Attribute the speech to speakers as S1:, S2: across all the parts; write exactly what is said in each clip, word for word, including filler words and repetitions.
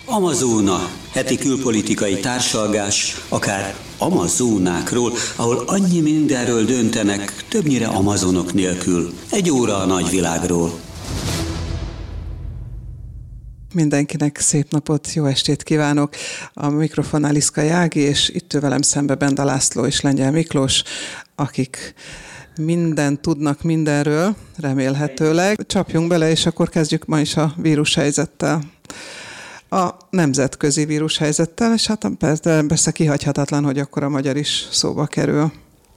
S1: Amazóna, heti külpolitikai társalgás, akár amazónákról, ahol annyi mindenről döntenek, többnyire amazonok nélkül. Egy óra a nagyvilágról.
S2: Mindenkinek szép napot, jó estét kívánok! A mikrofonnál Iszkai Ági, és itt ül velem szembe Benda László és Lengyel Miklós, akik mindent tudnak mindenről, remélhetőleg. Csapjunk bele, és akkor kezdjük ma is a vírushelyzettel. A nemzetközi vírushelyzettel, és hát persze kihagyhatatlan, hogy akkor a magyar is szóba kerül.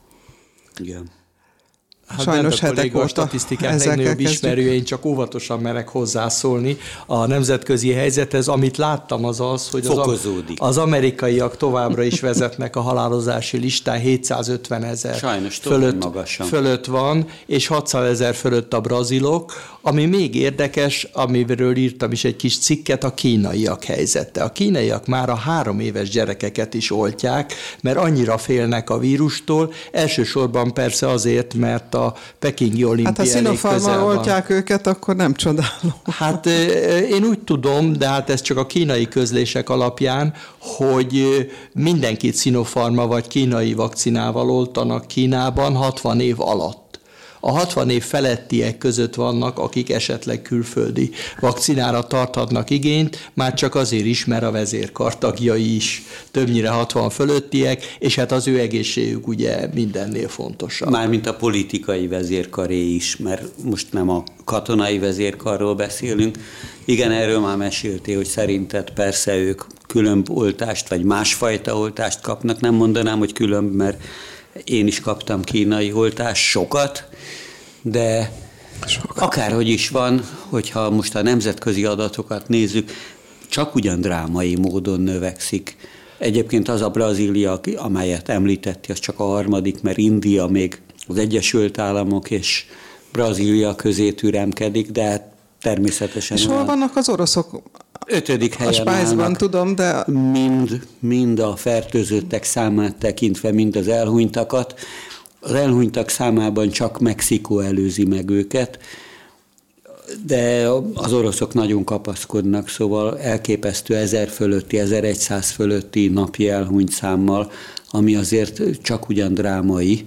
S1: Igen.
S3: Hát
S2: Sajnos hetek óta.
S3: A statisztikák legnagyobb ismerője, én csak óvatosan merek hozzászólni. A nemzetközi helyzethez, amit láttam, az az, hogy az, az amerikaiak továbbra is vezetnek a halálozási listán, hétszázötven ezer fölött, fölött van, és hatszázezer fölött a brazilok. Ami még érdekes, amiről írtam is egy kis cikket, a kínaiak helyzete. A kínaiak már a három éves gyerekeket is oltják, mert annyira félnek a vírustól, elsősorban persze azért, mert a pekingi olimpia
S2: hát, ha
S3: elég közel van.
S2: Sinopharmal oltják őket, akkor nem csodálom.
S3: Hát én úgy tudom, de hát ez csak a kínai közlések alapján, hogy mindenkit Sinopharma vagy kínai vakcinával oltanak Kínában hatvan év alatt. A hatvan év felettiek között vannak, akik esetleg külföldi vakcinára tarthatnak igényt, már csak azért is, mert a vezérkar tagjai is többnyire hatvan fölöttiek, és hát az ő egészségük ugye mindennél fontosabb.
S1: Mármint a politikai vezérkaré is, mert most nem a katonai vezérkarról beszélünk. Igen, erről már meséltél, hogy szerinted persze ők különb oltást, vagy másfajta oltást kapnak. Nem mondanám, hogy különb, mert én is kaptam kínai oltást, sokat, de sokat. Akárhogy is van, hogyha most a nemzetközi adatokat nézzük, csak ugyan drámai módon növekszik. Egyébként az a Brazília, amelyet említetti, az csak a harmadik, mert India még az Egyesült Államok és Brazília közé türemkedik, de természetesen...
S2: És hol vannak az oroszok?
S1: Ötödik helyen
S2: a Spájzban tudom, de...
S1: Mind, mind a fertőzöttek számát tekintve, mind az elhunytakat. Az elhunytak számában csak Mexikó előzi meg őket, de az oroszok nagyon kapaszkodnak, szóval elképesztő ezer fölötti, ezerszáz fölötti napi elhunyt számmal, ami azért csak ugyan drámai.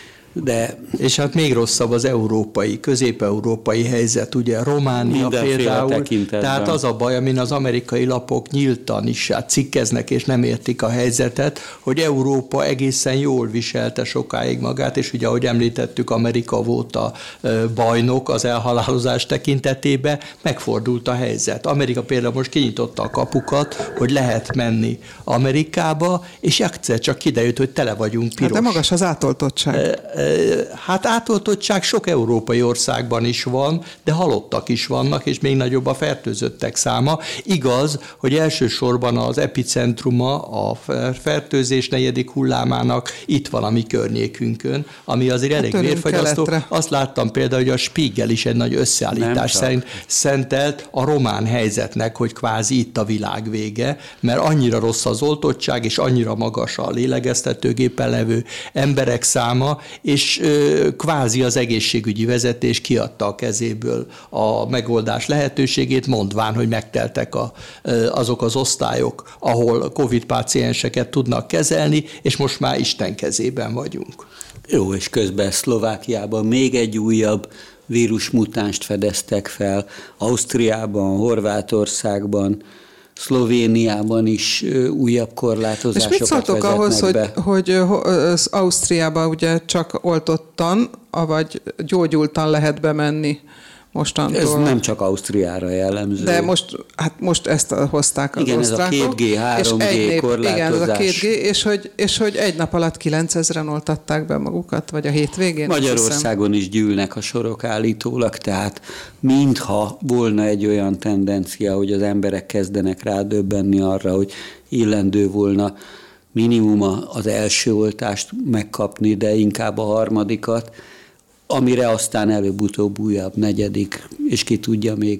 S1: De
S3: és hát még rosszabb az európai, közép-európai helyzet, ugye Románia például, tehát az a baj, amin az amerikai lapok nyíltan is hát cikkeznek, és nem értik a helyzetet, hogy Európa egészen jól viselte sokáig magát, és ugye, ahogy említettük, Amerika volt a bajnok az elhalálozás tekintetében, megfordult a helyzet. Amerika például most kinyitotta a kapukat, hogy lehet menni Amerikába, és egyszer csak kiderült, hogy tele vagyunk piros.
S2: Hát de magas az átoltottság.
S3: Hát átoltottság sok európai országban is van, de halottak is vannak, és még nagyobb a fertőzöttek száma. Igaz, hogy elsősorban az epicentruma a fertőzés negyedik hullámának itt van a mi környékünkön, ami azért elég hát vérfagyasztó. Azt láttam például, hogy a Spiegel is egy nagy összeállítás szerint szentelt a román helyzetnek, hogy kvázi itt a világ vége, mert annyira rossz az oltottság, és annyira magas a lélegeztetőgépen levő emberek száma, és ö, kvázi az egészségügyi vezetés kiadta a kezéből a megoldás lehetőségét, mondván, hogy megteltek a, ö, azok az osztályok, ahol Covid pácienseket tudnak kezelni, és most már Isten kezében vagyunk.
S1: Jó, és közben Szlovákiában még egy újabb vírusmutánst fedeztek fel, Ausztriában, Horvátországban, Szlovéniában is újabb korlátozásokat
S2: és mit szóltok ahhoz,
S1: be?
S2: hogy, hogy Ausztriában ugye csak oltottan, vagy gyógyultan lehet bemenni mostantól?
S1: Ez nem csak Ausztriára jellemző.
S2: De most, hát most ezt hozták az
S1: igen,
S2: osztrákok.
S1: Igen, ez a két G, három G korlátozás.
S2: Igen, ez a két G, és hogy, és hogy egy nap alatt kilencezren oltatták be magukat, vagy a hétvégén?
S1: Magyarországon is gyűlnek a sorok állítólag, tehát mintha volna egy olyan tendencia, hogy az emberek kezdenek rádöbbenni arra, hogy illendő volna minimum az első oltást megkapni, de inkább a harmadikat, amire aztán előbb-utóbb újabb negyedik, és ki tudja még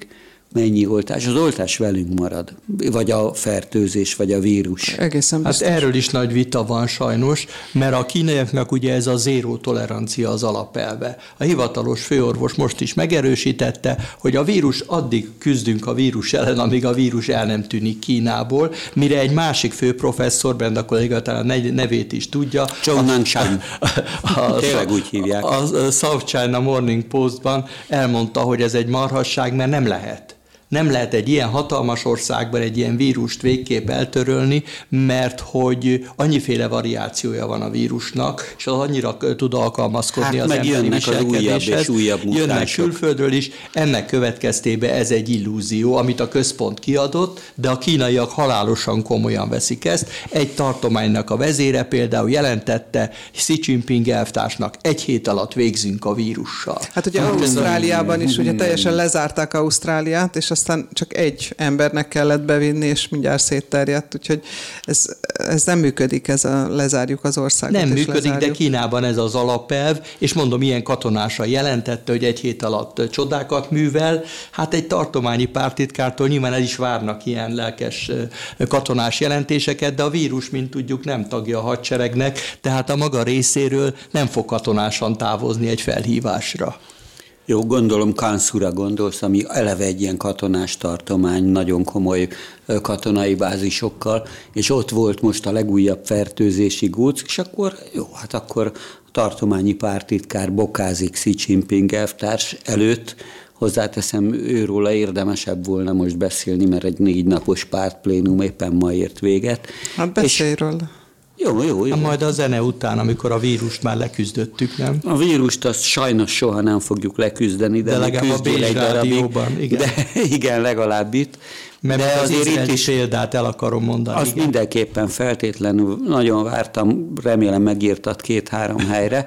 S1: mennyi oltás. Az oltás velünk marad, vagy a fertőzés, vagy a vírus.
S2: Egészen biztos.
S3: Hát erről is nagy vita van sajnos, mert a kínaiaknak ugye ez a zéró tolerancia az alapelve. A hivatalos főorvos most is megerősítette, hogy a vírus, addig küzdünk a vírus ellen, amíg a vírus el nem tűnik Kínából, mire egy másik főprofesszor, Brenda kolléga talán nevét is tudja.
S1: Zhou Nangshan. Tényleg úgy hívják.
S3: A, a South China Morning Postban elmondta, hogy ez egy marhasság, mert nem lehet. Nem lehet egy ilyen hatalmas országban egy ilyen vírust végképp eltörölni, mert hogy annyiféle variációja van a vírusnak, és az annyira tud alkalmazkodni
S1: hát
S3: az emberi viselkedéshez.
S1: Az újabb és újabb
S3: jönnek külföldről is, ennek következtében ez egy illúzió, amit a központ kiadott, de a kínaiak halálosan komolyan veszik ezt. Egy tartománynak a vezére például jelentette Xi Jinping elvtársnak, egy hét alatt végzünk a vírussal.
S2: Hát ugye hát, Ausztráliában is ugye teljesen lezárták Ausztráliát, és aztán csak egy embernek kellett bevinni, és mindjárt szétterjedt, úgyhogy ez, ez nem működik, ez a lezárjuk az országot.
S3: Nem működik,
S2: lezárjuk.
S3: De Kínában ez az alapelv, és mondom, ilyen katonása jelentette, hogy egy hét alatt csodákat művel. Hát egy tartományi pártitkártól nyilván el is várnak ilyen lelkes katonás jelentéseket, de a vírus, mint tudjuk, nem tagja a hadseregnek, tehát a maga részéről nem fog katonásan távozni egy felhívásra.
S1: Jó, gondolom Kanszura gondolsz, ami eleve egy ilyen katonás tartomány, nagyon komoly katonai bázisokkal, és ott volt most a legújabb fertőzési góc, és akkor jó, hát akkor a tartományi pártitkár bokázik Xi Jinping elvtárs előtt. Hozzáteszem, őróla érdemesebb volna most beszélni, mert egy négy napos pártplénum éppen ma ért véget.
S2: Hát beszélj róla.
S1: Jó, jó, jó.
S3: Majd a zene után, amikor a vírust már leküzdöttük, nem?
S1: A vírust azt sajnos soha nem fogjuk leküzdeni, de,
S3: de legalább a Béli rádióban, igen.
S1: De, igen, legalább itt.
S3: Mert
S1: de
S3: az azért itt is példát el akarom mondani.
S1: Azt igen. Mindenképpen feltétlenül nagyon vártam, remélem megírtad két-három helyre,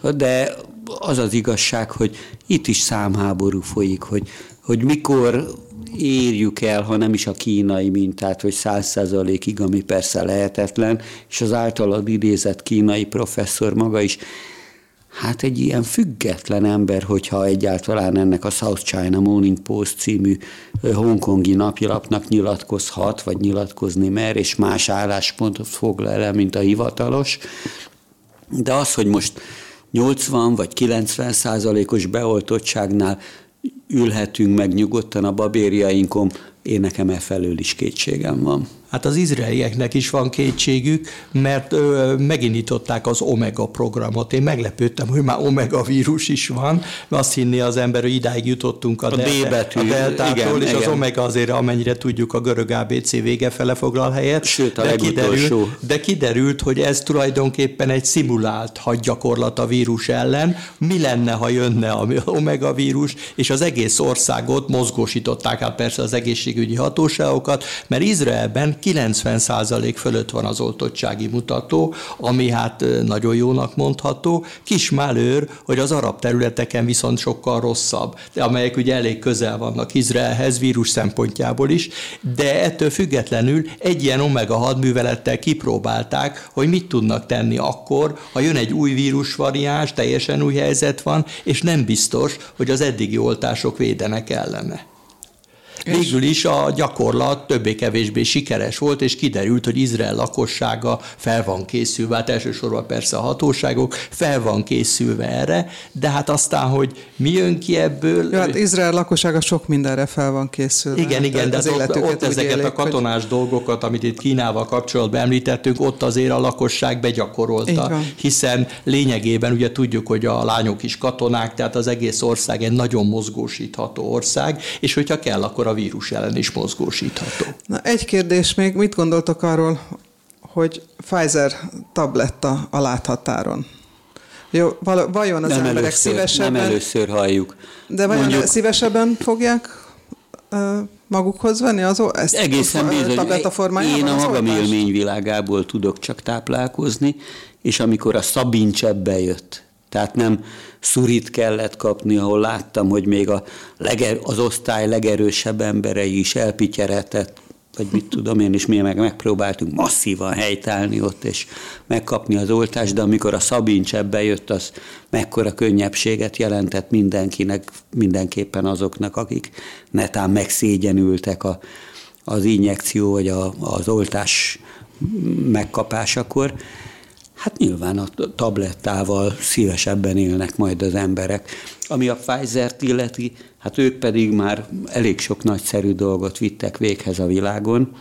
S1: de az az igazság, hogy itt is számháború folyik, hogy, hogy mikor érjük el, ha nem is a kínai mintát, hogy száz százalékig, ami persze lehetetlen, és az általad idézett kínai professzor maga is, hát egy ilyen független ember, hogyha egyáltalán ennek a South China Morning Post című hongkongi napilapnak nyilatkozhat, vagy nyilatkozni mer, és más álláspontot foglal el, mint a hivatalos. De az, hogy most nyolcvan vagy kilencven százalékos beoltottságnál ülhetünk meg nyugodtan a babérjainkon, én nekem e felől is kétségem van.
S3: Hát az izraelieknek is van kétségük, mert ö, megindították az Omega programot. Én meglepődtem, hogy már Omega vírus is van. Azt hinné az ember, hogy idáig jutottunk a,
S1: a
S3: delta,
S1: D-betű,
S3: a deltától,
S1: igen,
S3: és
S1: igen.
S3: az Omega azért, amennyire tudjuk, a görög á bé cé vége fele foglal helyet.
S1: Sőt, a
S3: de
S1: legutolsó.
S3: Kiderült, de kiderült, hogy ez tulajdonképpen egy szimulált hadgyakorlat a vírus ellen. Mi lenne, ha jönne a Omega vírus, és az egész országot mozgósították, hát persze az egészségügyi hatóságokat, mert Izraelben kilencven százalék fölött van az oltottsági mutató, ami hát nagyon jónak mondható. Kis malőr, hogy az arab területeken viszont sokkal rosszabb, de amelyek ugye elég közel vannak Izraelhez vírus szempontjából is, de ettől függetlenül egy ilyen omega hadművelettel kipróbálták, hogy mit tudnak tenni akkor, ha jön egy új vírusvariáns, teljesen új helyzet van, és nem biztos, hogy az eddigi oltások védenek ellene. Végül is a gyakorlat többé-kevésbé sikeres volt, és kiderült, hogy Izrael lakossága fel van készülve, hát elsősorban persze a hatóságok fel van készülve erre, de hát aztán, hogy mi jön ki ebből...
S2: Jó, hát Izrael lakossága sok mindenre fel van készülve.
S3: Igen, igen, de ott, ott ezeket
S2: élik,
S3: a katonás hogy... dolgokat, amit itt Kínával kapcsolatban említettünk, ott azért a lakosság begyakorolta, hiszen lényegében ugye tudjuk, hogy a lányok is katonák, tehát az egész ország egy nagyon mozgósítható ország, és hogyha kell, akkor a vírus ellen is mozgósítható.
S2: Na, egy kérdés még, mit gondoltok arról, hogy Pfizer tabletta a láthatáron? Jó, vajon az
S1: nem
S2: emberek
S1: először,
S2: szívesebben...
S1: Nem először halljuk.
S2: De vajon
S1: Mondjuk,
S2: szívesebben fogják uh, magukhoz venni az, ezt
S1: egészen
S2: a tabletta formájában?
S1: Én a magam
S2: oltást?
S1: élményvilágából tudok csak táplálkozni, és amikor a Szabincs bejött, tehát nem szurit kellett kapni, ahol láttam, hogy még a leger, az osztály legerősebb emberei is elpityeretett vagy mit tudom én, és mi meg megpróbáltunk masszívan helytállni ott, és megkapni az oltást, de amikor a Szabincs ebbe jött, az mekkora könnyebbséget jelentett mindenkinek, mindenképpen azoknak, akik netán megszégyenültek a, az injekció, vagy a, az oltás megkapásakor. Hát nyilván a tablettával szívesebben élnek majd az emberek. Ami a Pfizert illeti, hát ők pedig már elég sok nagyszerű dolgot vittek véghez a világon.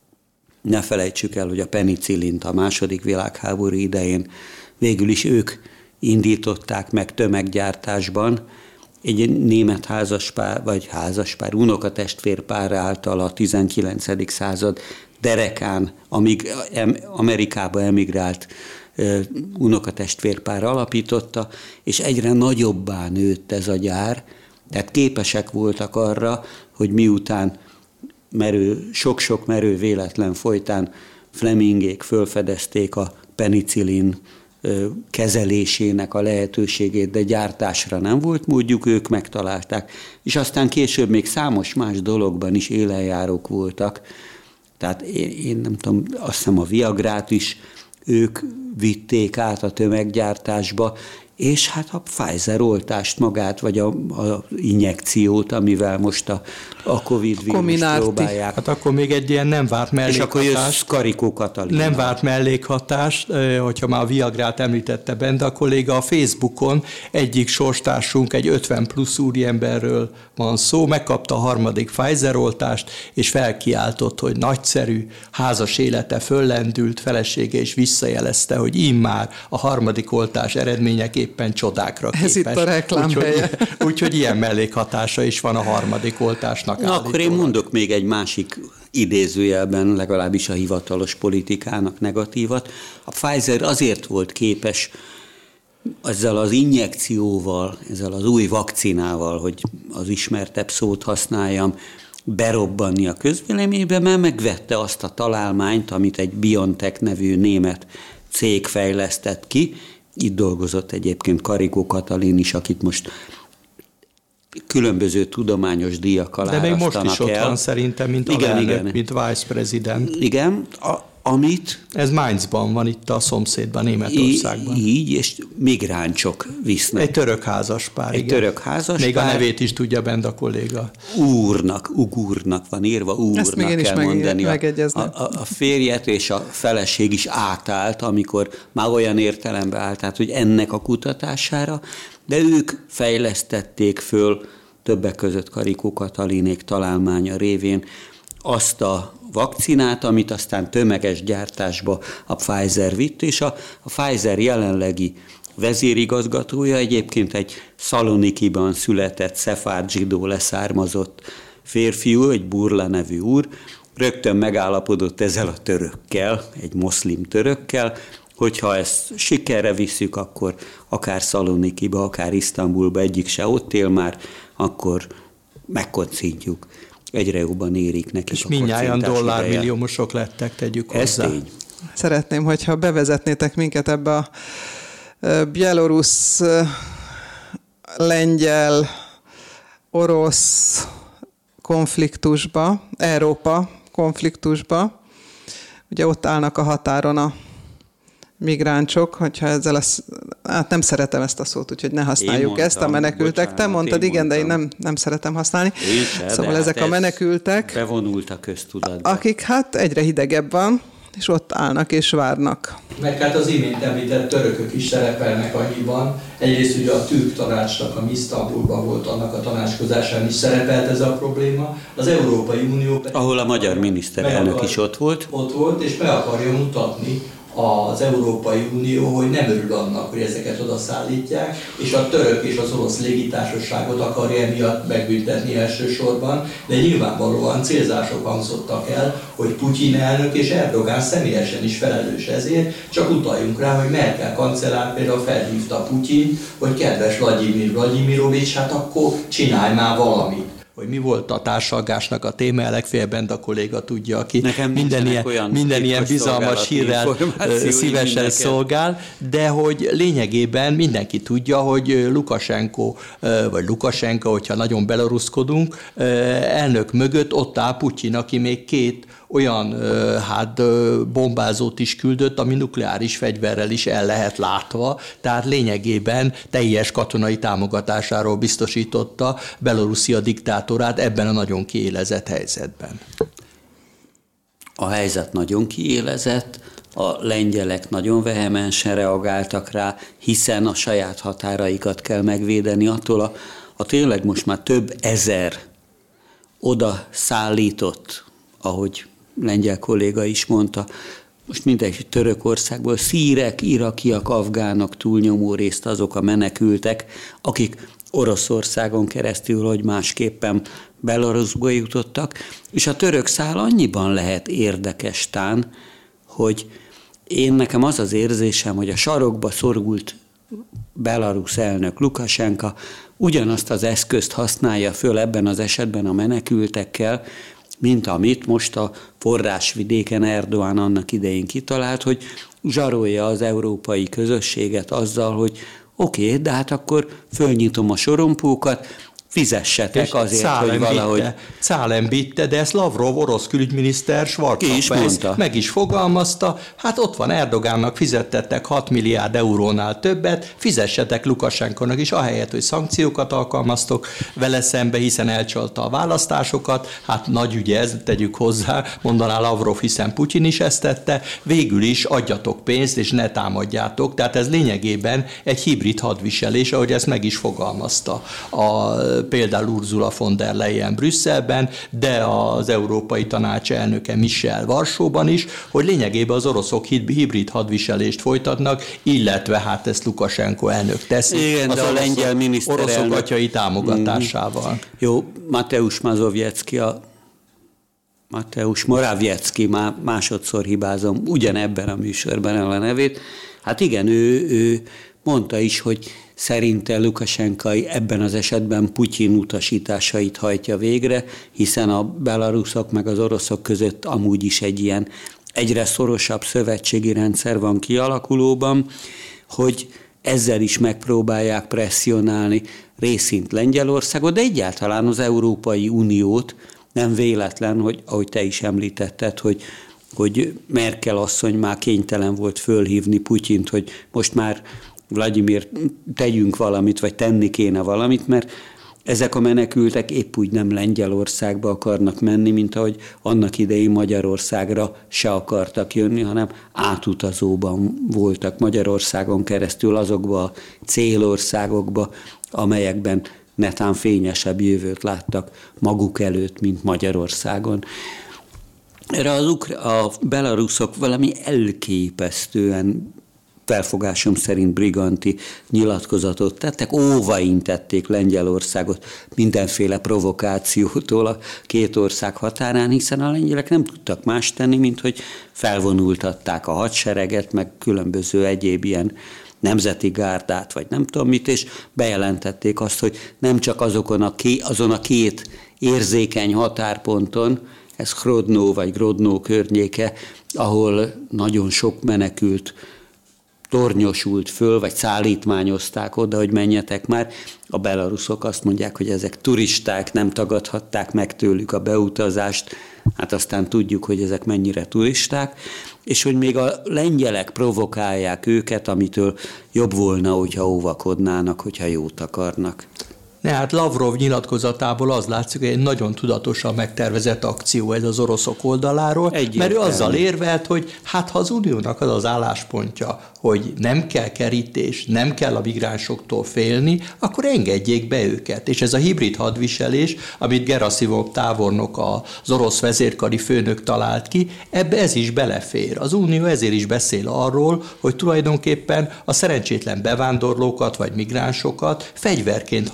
S1: Ne felejtsük el, hogy a penicillint a második világháború idején végül is ők indították meg tömeggyártásban. Egy német házaspár, vagy házaspár, unokatestvérpár által a tizenkilencedik század derekán, amíg Amerikába emigrált unokatestvérpár alapította, és egyre nagyobbá nőtt ez a gyár, tehát képesek voltak arra, hogy miután merő, sok-sok merő véletlen folytán Flemingék fölfedezték a penicillin kezelésének a lehetőségét, de gyártásra nem volt módjuk, ők megtalálták. És aztán később még számos más dologban is élenjárók voltak. Tehát én, én nem tudom, azt hiszem a Viagrát is ők vitték át a tömeggyártásba, és hát a Pfizer oltást magát, vagy a, a injekciót, amivel most a, a Covid vírust próbálják.
S3: Hát akkor még egy ilyen nem várt mellékhatás.
S1: És akkor jössz Karikó Katalin.
S3: Nem várt mellékhatás, hogyha már a Viagrát említette Benda a kolléga, a Facebookon egyik sorstársunk, egy ötven plusz úriemberről van szó, megkapta a harmadik Pfizer oltást, és felkiáltott, hogy nagyszerű, házas élete föllendült, felesége is visszajelezte, hogy immár a harmadik oltás eredményeképpen éppen csodákra képes.
S2: Ez itt a reklám helye.
S3: Úgyhogy úgy, ilyen mellékhatása is van a harmadik oltásnak.
S1: Na, akkor én mondok még egy másik idézőjelben, legalábbis a hivatalos politikának negatívat. A Pfizer azért volt képes ezzel az injekcióval, ezzel az új vakcinával, hogy az ismertebb szót használjam, berobbanni a közvéleménybe, mert megvette azt a találmányt, amit egy BioNTech nevű német cég fejlesztett ki. Itt dolgozott egyébként Karikó Katalin is, akit most különböző tudományos díjakkal árasztanak el.
S3: De még most is ott van szerintem, mint
S1: igen,
S3: alelnök,
S1: igen.
S3: mint vice president.
S1: Igen, a, amit...
S3: Ez Mainzban van, itt a szomszédban, Németországban.
S1: Így, és migránsok visznek.
S3: Egy török házaspár,
S1: Egy
S3: igen.
S1: török házaspár.
S3: Még a nevét is tudja bent a kolléga.
S1: Úrnak, ugurnak van írva, úrnak kell
S2: meg,
S1: mondani. A,
S2: a,
S1: a, a férjet és a feleség is átállt, amikor már olyan értelembe állt, tehát, hogy ennek a kutatására, de ők fejlesztették föl, többek között Karikó Katalinék találmánya révén azt a vakcinát, amit aztán tömeges gyártásba a Pfizer vitt, és a, a Pfizer jelenlegi vezérigazgatója egyébként egy Szalonikiban született szefárd zsidó leszármazott férfiú, egy Burla nevű úr, rögtön megállapodott ezzel a törökkel, egy moszlim törökkel, hogyha ezt sikerre visszük, akkor akár Szalonikiba, akár Isztambulba, egyik se ott él már, akkor megkoncintjuk. Egyre jobban érik nekik
S3: és
S1: a
S3: mindnyájan dollármilliómosok lettek, tegyük hozzá.
S1: Ez tény.
S2: Szeretném, hogyha bevezetnétek minket ebbe a bielorusz, lengyel, orosz konfliktusba, Európa konfliktusba. Ugye ott állnak a határon a migránsok, hogyha ezzel a, hát nem szeretem ezt a szót, úgyhogy ne használjuk mondtam, ezt, a menekültek. Bocsánat, Te mondtad, igen, mondtam. De én nem, nem szeretem használni.
S1: Sem,
S2: szóval ezek hát a menekültek,
S1: bevonult a köztudatba.
S2: Akik hát egyre hidegebb van, és ott állnak és várnak.
S3: Meg hát az imént említett törökök is szerepelnek annyiban. Egyrészt ugye a türk tanácsnak, ami Isztambulban volt, annak a tanácskozásán is szerepelt ez a probléma. Az Európai Unió...
S1: Ahol a magyar miniszterelnök is ott volt.
S3: Ott volt, és be akarja mutatni az Európai Unió, hogy nem örül annak, hogy ezeket odaszállítják, és a török és az orosz légitársaságot akarja emiatt megbüntetni elsősorban, de nyilvánvalóan célzások hangzottak el, hogy Putyin elnök és Erdogán személyesen is felelős ezért, csak utaljunk rá, hogy Merkel kancellár például felhívta Putyin, hogy kedves Vladimir Vladimirovics, hát akkor csinálj már valamit. hogy mi volt a társalgásnak a téma, legfeljebb a kolléga tudja, aki
S1: Nekem
S3: minden ilyen, minden ilyen bizalmas hírrel szívesen szolgál, de hogy lényegében mindenki tudja, hogy Lukasenko, vagy Lukasenka, hogyha nagyon beloruszkodunk, elnök mögött ott áll Putyin, aki még két olyan hát bombázót is küldött, ami nukleáris fegyverrel is el lehet látva, tehát lényegében teljes katonai támogatásáról biztosította Belorusszia diktátorát ebben a nagyon kiélezett helyzetben.
S1: A helyzet nagyon kiélezett, a lengyelek nagyon vehemensen reagáltak rá, hiszen a saját határaikat kell megvédeni attól a, a tényleg most már több ezer oda szállított, ahogy lengyel kolléga is mondta, most mindegy Törökországból, szírek, irakiak, afgánok, túlnyomó részt azok a menekültek, akik Oroszországon keresztül, hogy másképpen Belarusba jutottak, és a török szál annyiban lehet érdekes tán, hogy én nekem az az érzésem, hogy a sarokba szorult Belarus elnök Lukasenka ugyanazt az eszközt használja föl ebben az esetben a menekültekkel, mint amit most a forrásvidéken Erdoğan annak idején kitalált, hogy zsarolja az európai közösséget azzal, hogy oké, okay, de hát akkor fölnyitom a sorompókat, fizessetek azért, hogy valahogy...
S3: Szálem vitte, de ezt Lavrov orosz külügyminiszter Schwarzenegger meg is fogalmazta, hát ott van Erdogánnak, fizettettek hat milliárd eurónál többet, fizessetek Lukasenkonak is, ahelyett, hogy szankciókat alkalmaztok vele szembe, hiszen elcsalta a választásokat, hát nagy ügye ez, tegyük hozzá, mondaná Lavrov, hiszen Putyin is ezt tette, végül is adjatok pénzt, és ne támadjátok, tehát ez lényegében egy hibrid hadviselés, ahogy ezt meg is fogalmazta a például Ursula von der Leyen Brüsszelben, de az Európai Tanács elnöke Michel Varsóban is, hogy lényegében az oroszok hibrid hadviselést folytatnak, illetve hát ezt Lukasenko elnök teszi.
S1: Igen, az a lengyel miniszterelnök
S3: oroszok atyai támogatásával. Mm.
S1: Jó, Mateusz Mazowiecki, a Mateusz Morawiecki, már másodszor hibázom ugyanebben a műsorban el a nevét. Hát igen, ő, ő mondta is, hogy szerinte Lukasenka ebben az esetben Putyin utasításait hajtja végre, hiszen a belaruszok meg az oroszok között amúgy is egy ilyen egyre szorosabb szövetségi rendszer van kialakulóban, hogy ezzel is megpróbálják presszionálni részint Lengyelországot, de egyáltalán az Európai Uniót. Nem véletlen, hogy ahogy te is említetted, hogy hogy Merkel asszony már kénytelen volt fölhívni Putyint, hogy most már Vladimir, tegyünk valamit, vagy tenni kéne valamit, mert ezek a menekültek épp úgy nem Lengyelországba akarnak menni, mint ahogy annak idején Magyarországra se akartak jönni, hanem átutazóban voltak Magyarországon keresztül azokba a célországokba, amelyekben netán fényesebb jövőt láttak maguk előtt, mint Magyarországon. Erre az ukra- a belaruszok valami elképesztően felfogásom szerint briganti nyilatkozatot tettek, óvaintették Lengyelországot mindenféle provokációtól a két ország határán, hiszen a lengyelek nem tudtak más tenni, mint hogy felvonultatták a hadsereget, meg különböző egyéb ilyen nemzeti gárdát, vagy nem tudom mit, és bejelentették azt, hogy nem csak azokon a ké, azon a két érzékeny határponton, ez Hrodno vagy Grodno környéke, ahol nagyon sok menekült tornyosult föl, vagy szállítmányozták oda, hogy menjetek már. A belaruszok azt mondják, hogy ezek turisták, nem tagadhatták meg tőlük a beutazást, hát aztán tudjuk, hogy ezek mennyire turisták, és hogy még a lengyelek provokálják őket, amitől jobb volna, hogyha óvakodnának, hogyha jót akarnak.
S3: Ne, hát Lavrov nyilatkozatából az látszik, hogy egy nagyon tudatosan megtervezett akció ez az oroszok oldaláról, egyértelmű. Mert ő azzal érvelt, hogy hát ha az Uniónak az az álláspontja, hogy nem kell kerítés, nem kell a migránsoktól félni, akkor engedjék be őket. És ez a hibrid hadviselés, amit Gerasimov tábornok, az orosz vezérkari főnök talált ki, ebbe ez is belefér. Az Unió ezért is beszél arról, hogy tulajdonképpen a szerencsétlen bevándorlókat vagy migránsokat fegyverként használja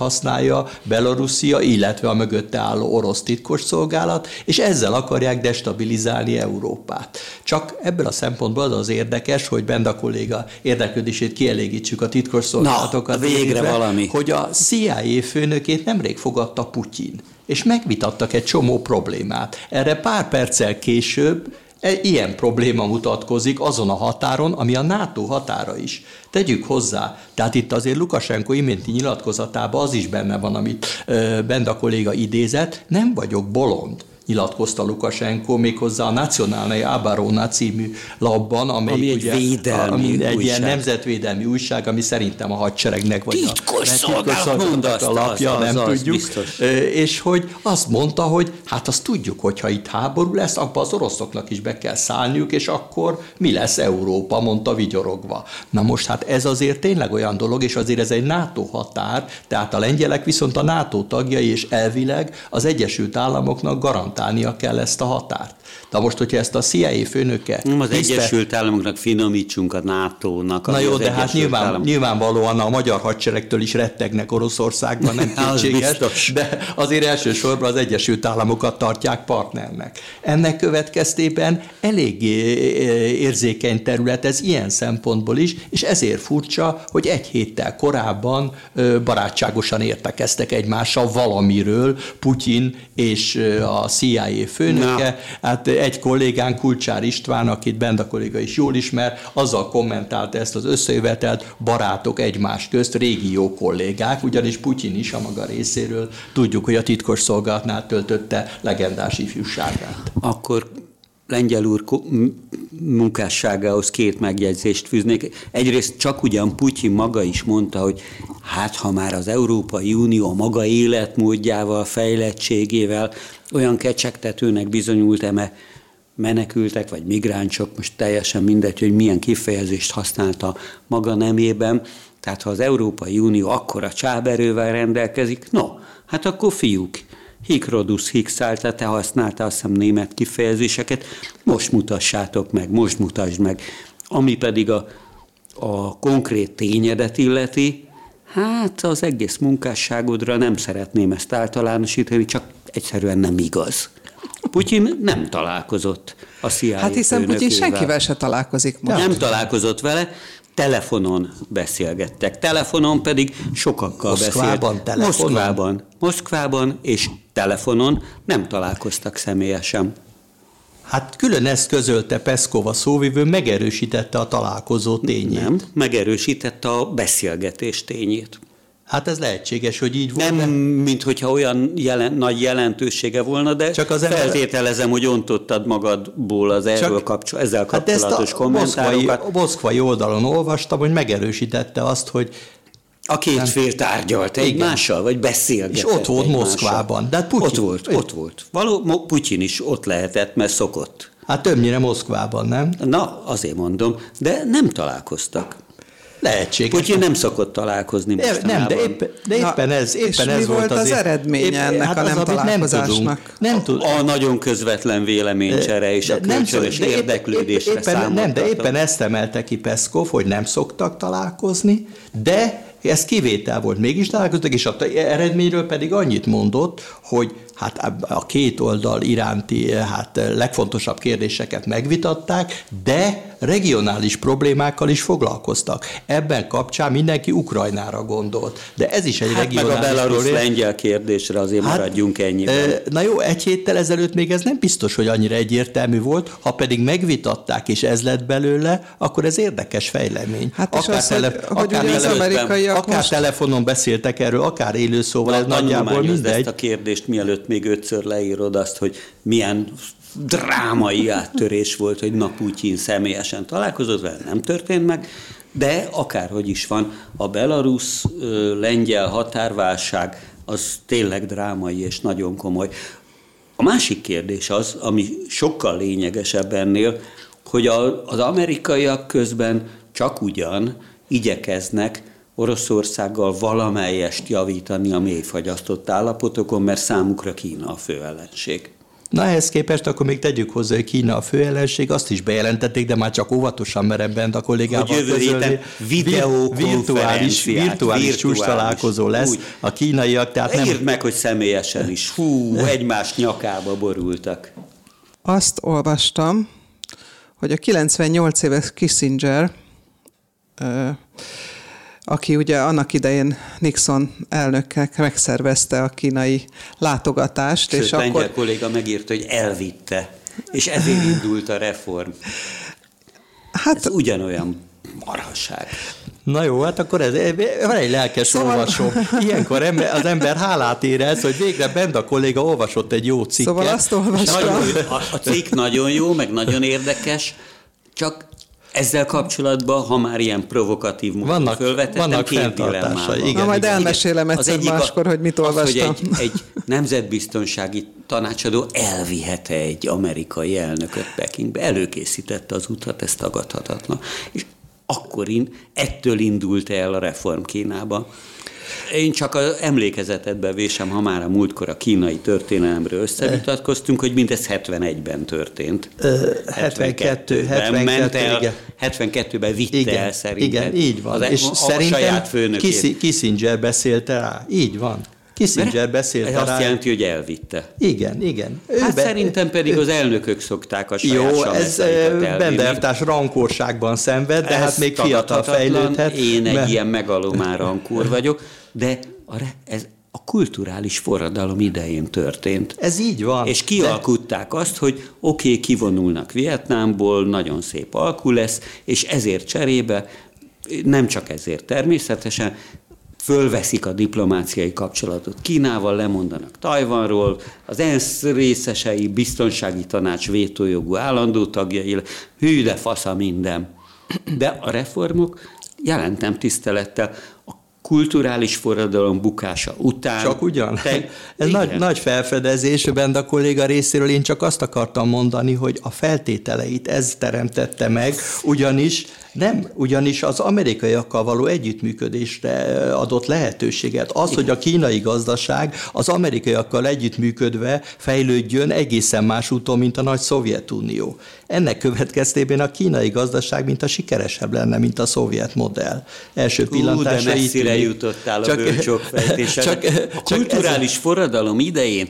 S3: használja Belarusszia, illetve a mögötte álló orosz titkosszolgálat, és ezzel akarják destabilizálni Európát. Csak ebből a szempontból az az érdekes, hogy Benda kolléga érdeklődését kielégítsük a titkosszolgálatokat.
S1: Na, végre
S3: érve,
S1: valami.
S3: Hogy a C I A főnökét nemrég fogadta Putyin, és megvitattak egy csomó problémát. Erre pár perccel később ilyen probléma mutatkozik azon a határon, ami a NATO határa is. Tegyük hozzá, tehát itt azért Lukasenko iménti nyilatkozatában az is benne van, amit Benda kolléga idézett, nem vagyok bolond, nyilatkozta Lukasenko méghozzá a Nacionálna Obrona című labban, amely
S1: ami egy
S3: ugye,
S1: védelmi
S3: ami egy
S1: újság.
S3: ilyen nemzetvédelmi újság, ami szerintem a hadseregnek vagy
S1: titkos
S3: a
S1: szolgálat
S3: alapja, nem
S1: az,
S3: tudjuk.
S1: biztos.
S3: És hogy azt mondta, hogy hát azt tudjuk, hogyha itt háború lesz, akkor az oroszoknak is be kell szállniuk, és akkor mi lesz Európa, mondta vigyorogva. Na most hát ez azért tényleg olyan dolog, és azért ez egy NATO határ, tehát a lengyelek viszont a NATO tagjai, és elvileg az Egyesült Államoknak garantálnia kell ezt a határt. De most, hogyha ezt a C I A főnöke...
S1: Nem az
S3: tisztel...
S1: Egyesült Államoknak finomítsunk a nátónak.
S3: Na jó, de hát nyilván,
S1: Állam...
S3: nyilvánvalóan a magyar hadseregtől is rettegnek Oroszországban, nem kétséges, de azért elsősorban az Egyesült Államokat tartják partnernek. Ennek következtében eléggé érzékeny terület ez ilyen szempontból is, és ezért furcsa, hogy egy héttel korábban barátságosan értekeztek egymással valamiről Putyin és a C I A főnöke. Na. Hát egy kollégánk, Kulcsár István, akit Benda kolléga is jól ismer, azzal kommentálta ezt az összejövetelt, barátok egymás közt, régi jó kollégák, ugyanis Putyin is a maga részéről tudjuk, hogy a titkosszolgálatnál töltötte legendás ifjúságát.
S1: Akkor Lengyel úr munkásságához két megjegyzést fűznék. Egyrészt csak ugyan Putyin maga is mondta, hogy hát ha már az Európai Unió a maga életmódjával, fejlettségével olyan kecsegtetőnek bizonyult eme menekültek vagy migránsok, most teljesen mindegy, hogy milyen kifejezést használta maga nemében, tehát ha az Európai Unió akkora csáberővel rendelkezik, no, hát akkor fiúk, hic Rhodus hic salta, te használtál azt hiszem német kifejezéseket, most mutassátok meg, most mutasd meg. Ami pedig a, a konkrét tényedet illeti, hát az egész munkásságodra nem szeretném ezt általánosítani, csak egyszerűen nem igaz. Putyin nem találkozott a C I A
S2: Hát hiszen Putyin
S1: főnökével.
S2: senkivel se találkozik most.
S1: Nem találkozott vele, telefonon beszélgettek. Telefonon pedig sokakkal
S3: Moszkvában,
S1: beszélt.
S3: telefonon?
S1: Moszkvában. Moszkvában és telefonon nem találkoztak személyesen.
S3: Hát külön ezt közölte Peszkov, a szóvivő, megerősítette a találkozó tényét.
S1: Nem, megerősítette a beszélgetés tényét.
S3: Hát ez lehetséges, hogy így volt.
S1: Nem,
S3: de...
S1: mint hogyha olyan jelen, nagy jelentősége volna, de csak az feltételezem, hogy ontottad magadból az erről kapcsol, ezzel kapcsolatos
S3: hát
S1: kommentárokat.
S3: A moszkvai, moszkvai oldalon olvastam, hogy megerősítette azt, hogy
S1: a két nem, fél tárgyalt egymással, vagy beszélgetett.
S3: És ott volt egymással. Moszkvában. De Putyin,
S1: ott volt, ott volt. Való, Putyin is ott lehetett, mert szokott.
S3: Hát többnyire Moszkvában, nem?
S1: Na, azért mondom, de nem találkoztak.
S3: Lehetséges.
S1: Putyin nem szokott találkozni mostanában.
S3: Nem, de, épp, de éppen
S2: Na,
S3: ez, éppen
S2: és
S3: ez
S2: mi
S3: volt
S2: volt az
S3: azért,
S2: eredménye
S3: épp,
S2: ennek
S3: hát
S2: a nem
S3: az,
S2: találkozásnak?
S3: Nem tud.
S1: A nagyon közvetlen véleménycsere és a kölcsönös
S3: de
S1: érdeklődésre
S3: épp, éppen,
S1: számot
S3: Nem, de
S1: tartott.
S3: éppen ezt emelte ki Peszkov, hogy nem szoktak találkozni, de ez kivétel volt, mégis találkoztak, és az eredményről pedig annyit mondott, hogy hát a két oldal iránti hát legfontosabb kérdéseket megvitatták, de regionális problémákkal is foglalkoztak. Ebben kapcsán mindenki Ukrajnára gondolt. De ez is egy
S1: hát
S3: regionális
S1: meg a belarusz-lengyel kérdésre azért
S3: hát,
S1: maradjunk ennyiben.
S3: Na jó, egy héttel ezelőtt még ez nem biztos, hogy annyira egyértelmű volt, ha pedig megvitatták, és ez lett belőle, akkor ez érdekes fejlemény.
S2: Hát és
S3: akár
S2: az,
S3: tele,
S2: hogy, hogy ugye az amerikaiak
S3: akár
S2: most...
S3: telefonon beszéltek erről, akár élőszóval,
S1: Na,
S3: ez nagyjából mindegy.
S1: ezt a kérdést, mielőtt még ötször leírod azt, hogy milyen drámai áttörés volt, hogy na Putyin személyesen találkozott vele, nem történt meg, de akárhogy is van, a belarusz-lengyel határválság az tényleg drámai és nagyon komoly. A másik kérdés az, ami sokkal lényegesebb ennél, hogy a, az amerikaiak közben csak ugyan igyekeznek Oroszországgal valamelyest javítani a mélyfagyasztott állapotokon, mert számukra Kína a fő ellenség.
S3: Na ehhez képest akkor még tegyük hozzá, hogy Kína a főellenség, azt is bejelentették, de már csak óvatosan merem a kollégával közölni. Virtuális, virtuális csúcs találkozó lesz úgy. A kínaiak. Tehát nem...
S1: Írd meg, hogy személyesen is. Hú, egymás nyakába borultak.
S2: Azt olvastam, hogy a kilencvennyolc éves Kissinger, aki ugye annak idején Nixon elnökkel megszervezte a kínai látogatást.
S1: Sőt,
S2: és
S1: lengyel
S2: akkor...
S1: kolléga megírta, hogy elvitte, és ezért indult a reform. Hát... Ez ugyanolyan marhaság.
S3: Na jó, hát akkor ez van egy lelkes szóval... olvasó. Ilyenkor ember, az ember hálát érez, hogy végre Benda kolléga olvasott egy jó cikket.
S2: Szóval azt olvastam.
S1: A, a cikk nagyon jó, meg nagyon érdekes, csak ezzel kapcsolatban, ha már ilyen provokatív munkát fölvetettem, két dilemmával.
S2: Igen, Na, majd elmesélem egyszer máskor, hogy mit olvastam.
S1: Az, hogy egy, egy nemzetbiztonsági tanácsadó elvihete egy amerikai elnököt Pekingbe, előkészítette az utat, ez tagadhatatlan. És akkor in, ettől indult el a reform Kínába. Én csak az emlékezetedbe vésem, ha már a múltkor a kínai történelemről összevitatkoztunk, hogy mindez hetvenegyben történt.
S3: hetvenkettőben
S1: ment el, hetvenkettőben vitte
S3: igen,
S1: el szerintem.
S3: Igen, így van.
S1: Az,
S3: és
S1: a, a
S3: szerintem
S1: saját főnökét.
S3: Kissinger beszélte rá. Így van. Kissinger beszélt
S1: rá. Ez azt jelenti, hogy elvitte.
S3: Igen, igen.
S1: Hát be... szerintem pedig az elnökök szokták a saját
S3: Jó, ez Bendertárs rankorságban szenved, de ez hát még fiatal fejlődhet.
S1: Én egy mert... ilyen megalomán rankor vagyok, de a, ez a kulturális forradalom idején történt.
S3: Ez így van.
S1: És kialkutták de... azt, hogy oké, okay, kivonulnak Vietnámból, nagyon szép alkú lesz, és ezért cserébe, nem csak ezért természetesen, fölveszik a diplomáciai kapcsolatot Kínával, lemondanak Tajvanról, az ENSZ részesei, biztonsági tanács vétójogú állandó tagjai, hű de fasza minden. De a reformok, jelentem tisztelettel, a kulturális forradalom bukása után...
S3: Csak ugyan? Te, Ez nagy, nagy felfedezés, Benda a kolléga részéről, én csak azt akartam mondani, hogy a feltételeit ez teremtette meg, ugyanis nem, ugyanis az amerikaiakkal való együttműködésre adott lehetőséget. Az, hogy a kínai gazdaság az amerikaiakkal együttműködve fejlődjön egészen más úton, mint a nagy Szovjetunió. Ennek következtében a kínai gazdaság mint a sikeresebb lenne, mint a szovjet modell. Első pillantásra
S1: de messzire jutottál a bölcsokfejtéssel. A kulturális ez... forradalom idején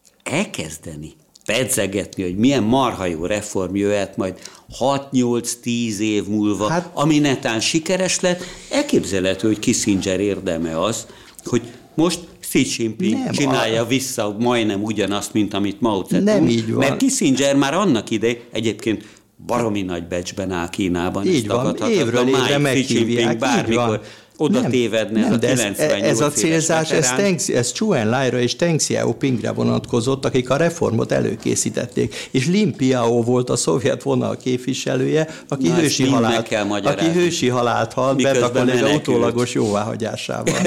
S1: elkezdeni pedzegetni, hogy milyen marha jó reform jöhet majd hat-nyolc-tíz év múlva, hát, ami netán sikeres lett, elképzelhető, hogy Kissinger érdeme az, hogy most Xi Jinping nem, csinálja a... vissza majdnem ugyanazt, mint amit Mao Zedong.
S3: Nem így van.
S1: Mert Kissinger már annak idején, egyébként baromi nagy becsben áll Kínában.
S3: Így van, évről évre meghívják, bármikor
S1: oda nem, tévedne nem, ez a kilencvennyolc
S3: ez a célzás, ez, Teng, ez Zhou Enlaira és Deng Xiaopingre vonatkozott, akik a reformot előkészítették. És Lin Piao volt a szovjet vonal képviselője, aki, hősi halált, aki hősi halált halt, mert a kolléga utólagos jóváhagyásával.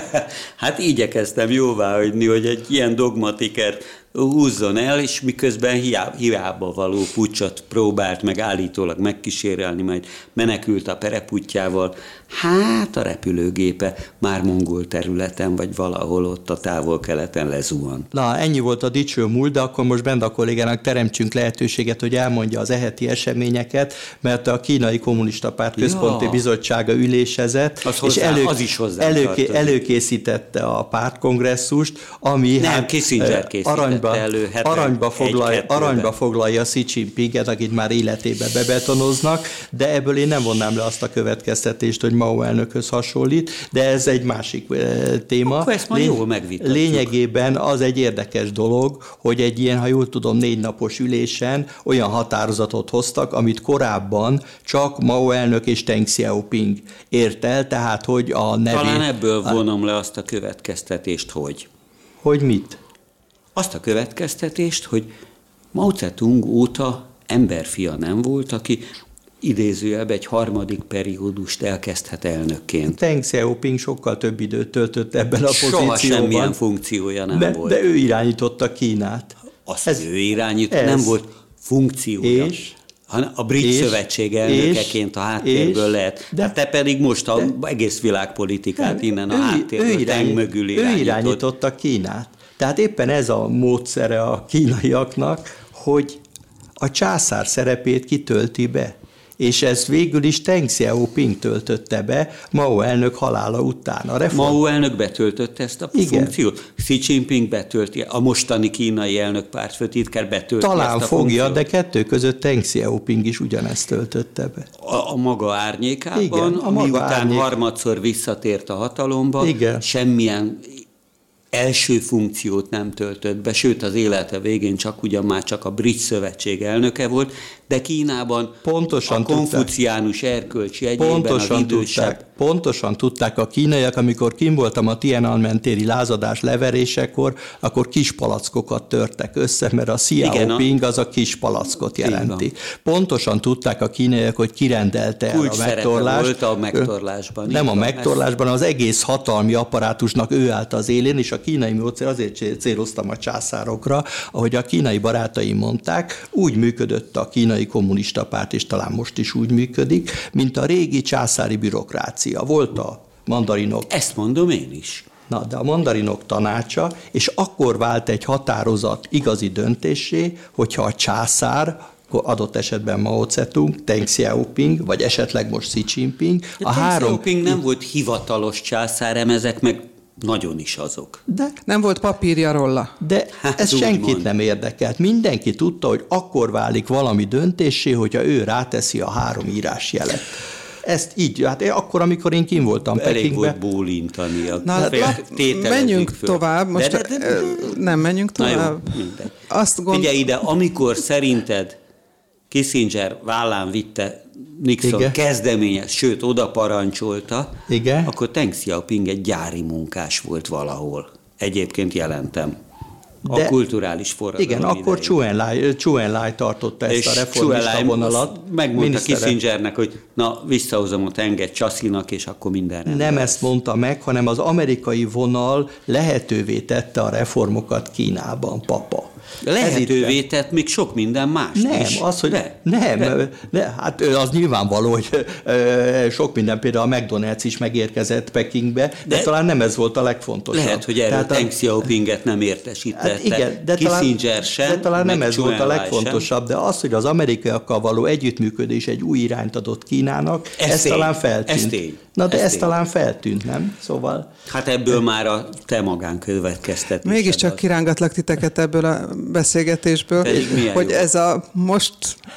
S1: Hát igyekeztem jóváhagyni, hogy egy ilyen dogmatikert húzzon el, és miközben hiába való puccsot próbált meg állítólag megkísérelni, majd menekült a pereputyjával. Hát a repülőgépe már mongol területen, vagy valahol ott a távol-keleten lezuhan.
S3: Na, ennyi volt a dicső múlt, de akkor most Benda kollégának teremtsünk lehetőséget, hogy elmondja az eheti eseményeket, mert a Kínai Kommunista Párt Központi ja. Bizottsága ülésezett,
S1: az
S3: és
S1: hozzá,
S3: elő,
S1: az is
S3: előké, előkészítette a pártkongresszust, ami
S1: nem,
S3: hát
S1: Kissinger
S3: aranyba, elő, aranyba, foglalja, aranyba foglalja Xi Jinpinget, akit már életébe bebetonoznak, de ebből én nem vonnám le azt a következtetést, hogy Mao elnökhöz hasonlít, de ez egy másik téma.
S1: Akkor ezt már Lény- jól megvitatjuk.
S3: Lényegében az egy érdekes dolog, hogy egy ilyen, ha jól tudom, négy napos ülésen olyan határozatot hoztak, amit korábban csak Mao elnök és Deng Xiaoping ért el, tehát hogy a nevét...
S1: Talán ebből vonom le azt a következtetést, hogy...
S3: Hogy mit?
S1: Azt a következtetést, hogy Mao Zedong óta emberfia nem volt, aki idézőjelben egy harmadik periódust elkezdhet elnökként.
S3: Deng Xiaoping sokkal több időt töltött ebben a pozícióban.
S1: Soha semmilyen funkciója nem
S3: de,
S1: volt.
S3: De ő irányította Kínát.
S1: Azt ez, ő irányított, nem volt funkciója. És? hanem a brit és, szövetség elnökeként a háttérből és, lehet. De te pedig most az egész világpolitikát nem, innen a ő, háttérből, Deng mögül irányítod.
S3: Ő irányította Kínát. Tehát éppen ez a módszere a kínaiaknak, hogy a császár szerepét kitölti be. És ezt végül is Deng Xiaoping töltötte be Mao elnök halála után. A reform...
S1: Mao elnök betöltötte ezt a Igen. funkciót? Xi Jinping betölti, a mostani kínai elnök pártfőtitkár betölti
S3: Talán
S1: ezt a
S3: fogja,
S1: funkciót?
S3: De kettő között Deng Xiaoping is ugyanezt töltötte be.
S1: A, a maga árnyékában,
S3: Igen, a maga
S1: miután
S3: árnyék...
S1: harmadszor visszatért a hatalomba,
S3: Igen.
S1: semmilyen első funkciót nem töltött be, sőt az élete végén csak ugyan már csak a Brit Szövetség elnöke volt, de Kínában pontosan a konfuciánus erkölcsi egyében az idősebb...
S3: Tudták, pontosan tudták a kínaiak, amikor kim voltam a Tiananmen téri lázadás leverésekor, akkor kis palackokat törtek össze, mert a Xiaoping az a kis palackot jelenti. Pontosan tudták a kínaiak, hogy kirendelte el a megtorlást.
S1: Volt a megtorlásban.
S3: Nem a megtorlásban, az egész hatalmi apparátusnak ő állt az élén, és a kínai módszer, azért céloztam a császárokra, ahogy a kínai barátaim mondták, úgy működött a kínai kommunista párt, és talán most is úgy működik, mint a régi császári bürokrácia. Volt a mandarinok.
S1: Ezt mondom én is.
S3: Na, de a mandarinok tanácsa, és akkor vált egy határozat igazi döntésé, hogyha a császár, adott esetben Mao Zedong, Deng Xiaoping, vagy esetleg most Xi Jinping.
S1: A Deng három... Xiaoping nem volt hivatalos császár, ám ezek meg nagyon is azok.
S2: De nem volt papírja róla.
S3: De hát ez senkit mond. nem érdekelt. Mindenki tudta, hogy akkor válik valami döntésé, hogyha ő ráteszi a három írásjelet. Ezt így, hát akkor, amikor én kim voltam
S1: Elég
S3: Pekingbe.
S1: volt bólintani. A
S2: Na, menjünk föl. tovább. Most de, de, de, de, nem menjünk tovább.
S1: Na jó, Azt gond... Figyelj ide, amikor szerinted Kissinger vállán vitte Nixon Igen. kezdeményez, sőt, oda parancsolta,
S3: Igen.
S1: akkor Deng Xiaoping egy gyári munkás volt valahol. Egyébként jelentem. A De, kulturális forradalom
S3: Igen, idején. Akkor Zhou Enlai tartotta ezt
S1: és
S3: a reformista vonalat.
S1: Megmondta Kissingernek, hogy na, visszahozom a tenget Csasszinak, és akkor minden rendben.
S3: Nem ezt mondta meg, hanem az amerikai vonal lehetővé tette a reformokat Kínában, papa.
S1: Lehetővé tett még sok minden más
S3: Nem,
S1: is.
S3: az, hogy
S1: de,
S3: nem,
S1: de.
S3: De, hát az nyilvánvaló, hogy sok minden, például a McDonald's is megérkezett Pekingbe, de, de talán nem ez volt a legfontosabb.
S1: Lehet, hogy erről Deng Xiaopinget nem értesítette. Hát
S3: igen, de
S1: Kissinger sem.
S3: De talán nem ez
S1: Zhou
S3: volt a legfontosabb, sem. De az, hogy az amerikaiakkal való együttműködés egy új irányt adott Kínának, ez, ez talán feltűnt.
S1: Ez tény.
S3: Na de ez,
S1: ez
S3: talán feltűnt, nem? Szóval...
S1: Hát ebből már a te magánkövetkeztetés.
S2: Mégiscsak kirángatlak titeket ebből a beszélgetésből, hogy jó. Ez a most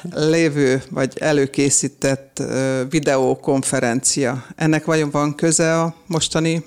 S2: lévő, vagy előkészített videókonferencia, ennek vajon van köze a mostani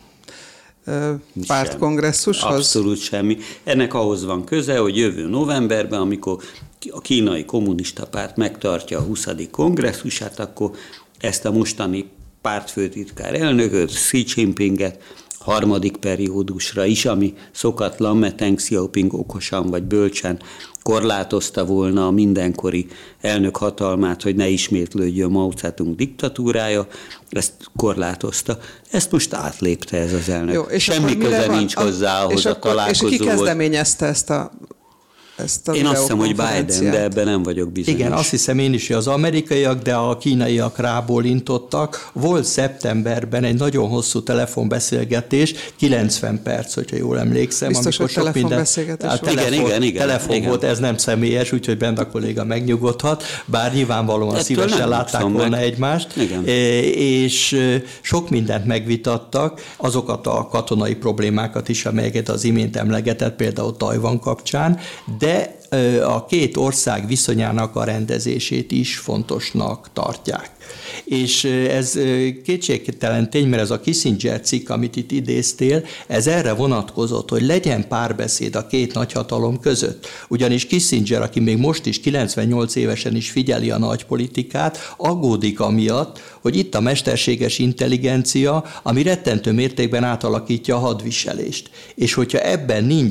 S2: pártkongresszushoz?
S1: Abszolút semmi. Ennek ahhoz van köze, hogy jövő novemberben, amikor a kínai kommunista párt megtartja a huszadik kongresszusát, akkor ezt a mostani pártfőtitkár elnököt, Xi Jinpinget harmadik periódusra is, ami szokatlan, mert Deng Xiaoping okosan vagy bölcsen korlátozta volna a mindenkori elnök hatalmát, hogy ne ismétlődjön Mao Zedong diktatúrája, ezt korlátozta. Ezt most átlépte ez az elnök. Jó, és semmi köze van? nincs hozzá ahhoz és a akkor, találkozóhoz.
S2: És ki kezdeményezte ezt a Ezt
S1: én azt hiszem, hogy Biden, de ebben nem vagyok bizonyos.
S3: Igen, azt hiszem én is, hogy az amerikaiak, de a kínaiak rábólintottak. Volt szeptemberben egy nagyon hosszú telefonbeszélgetés, kilencven perc, hogyha jól emlékszem.
S2: Biztos, hogy telefonbeszélgetés
S3: volt? Telefon, igen, igen, igen. Telefon igen. volt, ez nem személyes, úgyhogy bent a kolléga megnyugodhat, bár nyilvánvalóan Ettől szívesen látták volna meg. egymást. Igen. És sok mindent megvitattak, azokat a katonai problémákat is, amelyeket az imént emlegetett, például Tajvan kapcsán, de a két ország viszonyának a rendezését is fontosnak tartják. És ez kétségtelen tény, mert ez a Kissinger cikk, amit itt idéztél, ez erre vonatkozott, hogy legyen párbeszéd a két nagyhatalom között. Ugyanis Kissinger, aki még most is kilencvennyolc évesen is figyeli a nagypolitikát, aggódik amiatt, hogy itt a mesterséges intelligencia, ami rettentő mértékben átalakítja a hadviselést. És hogyha ebben nincs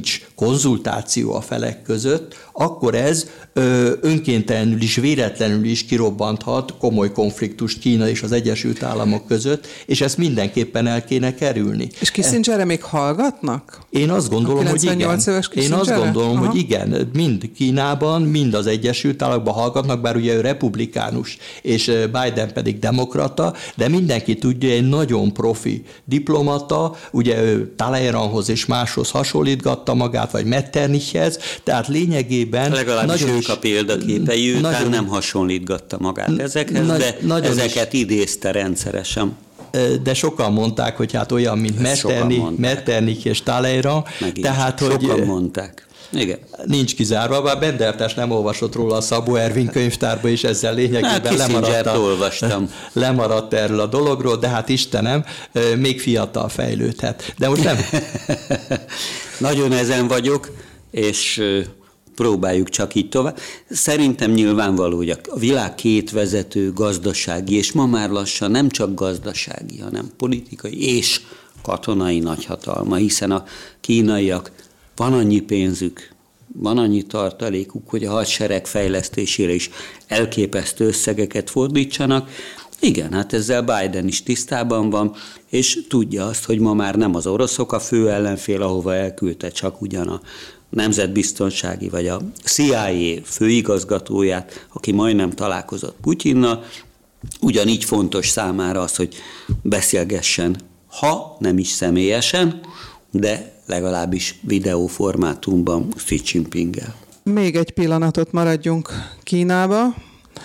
S3: konzultáció a felek között, akkor ez ö, önkéntelenül is, véletlenül is kirobbanthat komoly konfliktust Kína és az Egyesült Államok között, és ezt mindenképpen el kéne kerülni.
S2: És Kissingerre e... még hallgatnak?
S3: Én azt gondolom, hogy igen. Én azt gondolom,
S2: Aha.
S3: hogy igen. Mind Kínában, mind az Egyesült Államokban hallgatnak, bár ugye ő republikánus, és Biden pedig demokrata, de mindenki tudja, egy nagyon profi diplomata, ugye ő Talleyrandhoz és máshoz hasonlítgatta magát, vagy Metternichhez, tehát lényegében...
S1: Legalábbis
S3: nagyon
S1: ők a példaképei, ő
S3: nagyon,
S1: nem hasonlítgatta magát ezekhez,
S3: na,
S1: de ezeket is idézte rendszeresen.
S3: De sokan mondták, hogy hát olyan, mint Metternich, Metternich és Talleyrand. Tehát,
S1: sokan
S3: hogy
S1: mondták. Igen.
S3: Nincs kizárva, bár Bendertás nem olvasott róla a Szabó Ervin könyvtárba, és ezzel lényegében lemaradt, a, lemaradt erről a dologról, de hát Istenem, még fiatal fejlődhet. De most nem.
S1: Nagyon ezen vagyok, és próbáljuk csak így tovább. Szerintem nyilvánvaló, hogy a világ két vezető gazdasági, és ma már lassan nem csak gazdasági, hanem politikai és katonai nagyhatalma, hiszen a kínaiak van annyi pénzük, van annyi tartalékuk, hogy a hadsereg fejlesztésére is elképesztő összegeket fordítsanak. Igen, hát ezzel Biden is tisztában van, és tudja azt, hogy ma már nem az oroszok a fő ellenfél, ahova elküldte csak ugyan a nemzetbiztonsági vagy a C I A főigazgatóját, aki majdnem találkozott Putyinnal. Ugyanígy fontos számára az, hogy beszélgessen, ha nem is személyesen, de legalábbis videóformátumban Xi Jinpinggel.
S2: Még egy pillanatot maradjunk Kínába.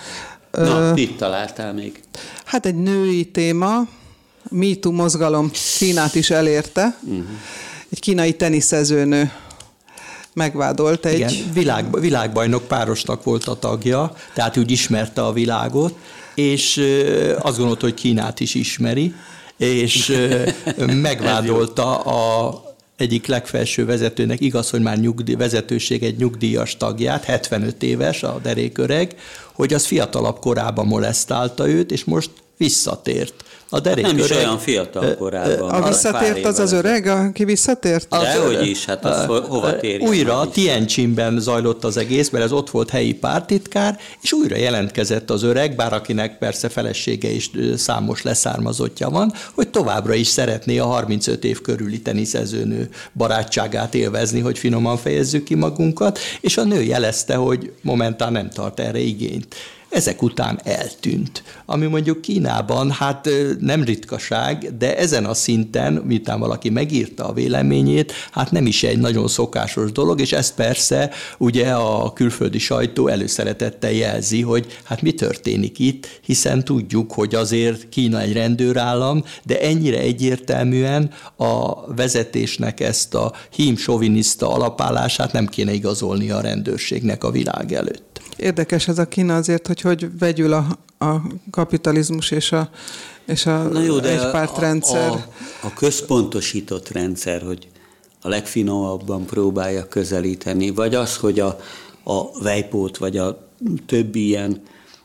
S1: Na, mit találtál még?
S2: Hát egy női téma, MeToo mozgalom Kínát is elérte. Uh-huh. Egy kínai teniszezőnő megvádolt egy...
S3: Igen, világ, világbajnok párosnak volt a tagja, tehát úgy ismerte a világot, és azt gondolta, hogy Kínát is ismeri, és megvádolta a egyik legfelső vezetőnek, igaz, hogy már nyugdíj, vezetőség egy nyugdíjas tagját, hetvenöt éves, a deréköreg, hogy az fiatalabb korában molesztálta őt, és most visszatért. A derék
S1: nem
S3: öreg,
S1: is olyan fiatal korában.
S2: A visszatért az az öreg, aki visszatért?
S1: Dehogy is, hát az uh, hova térjen?
S3: Újra Tianjinben zajlott az egész, mert ez ott volt helyi pártitkár, és újra jelentkezett az öreg, bár akinek persze felesége is számos leszármazottja van, hogy továbbra is szeretné a harmincöt év körüli teniszezőnő barátságát élvezni, hogy finoman fejezzük ki magunkat, és a nő jelezte, hogy momentán nem tart erre igényt. Ezek után eltűnt. Ami mondjuk Kínában hát nem ritkaság, de ezen a szinten, miután valaki megírta a véleményét, hát nem is egy nagyon szokásos dolog, és ezt persze ugye a külföldi sajtó előszeretettel jelzi, hogy hát mi történik itt, hiszen tudjuk, hogy azért Kína egy rendőrállam, de ennyire egyértelműen a vezetésnek ezt a hím-soviniszta alapállását nem kéne igazolni a rendőrségnek a világ előtt.
S2: Érdekes ez a Kína azért, hogy hogy vegyül a, a kapitalizmus és a, és a egypártrendszer.
S1: A, a, a központosított rendszer, hogy a legfinomabban próbálja közelíteni, vagy az, hogy a, a vejpót, vagy a többi ilyen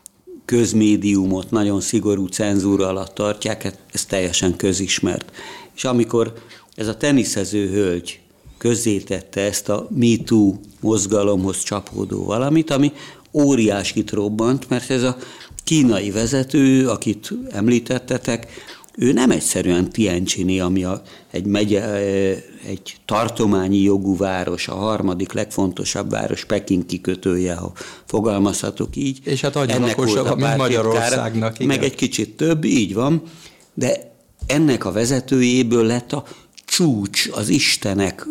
S1: közmédiumot nagyon szigorú cenzúra alatt tartják, ez teljesen közismert. És amikor ez a teniszező hölgy közzétette ezt a MeToo mozgalomhoz csapódó valamit, ami óriásit robbant, mert ez a kínai vezető, akit említettetek, ő nem egyszerűen Tianjini, ami a, egy, megye, egy tartományi jogú város, a harmadik legfontosabb város, Peking kikötője, ha fogalmazhatok így.
S3: És hát annyilakosabb, mint Magyarországnak.
S1: Igen. Meg egy kicsit több, így van, de ennek a vezetőjéből lett a csúcs, az istenek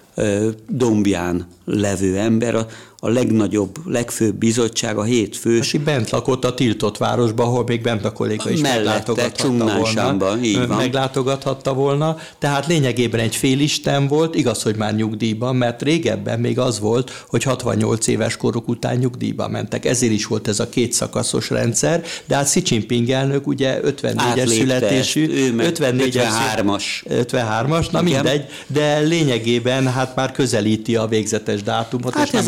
S1: dombján levő ember, a, a legnagyobb, legfőbb bizottság, a hét fős.
S3: Aki bent lakott a tiltott városban, ahol még bent a kolléga is meglátogathatta volna.
S1: Így van.
S3: Meglátogathatta volna. Tehát lényegében egy félisten volt, igaz, hogy már nyugdíjban, mert régebben még az volt, hogy hatvannyolc éves koruk után nyugdíjba mentek. Ezért is volt ez a kétszakaszos rendszer, de hát Xi Jinping elnök ugye ötvennégyes születésű,
S1: ötvenhármas.
S3: ötvenhármas, na igen. Mindegy, de lényegében hát már közelíti a végzetes dátumot.
S1: Hát ezért átléphette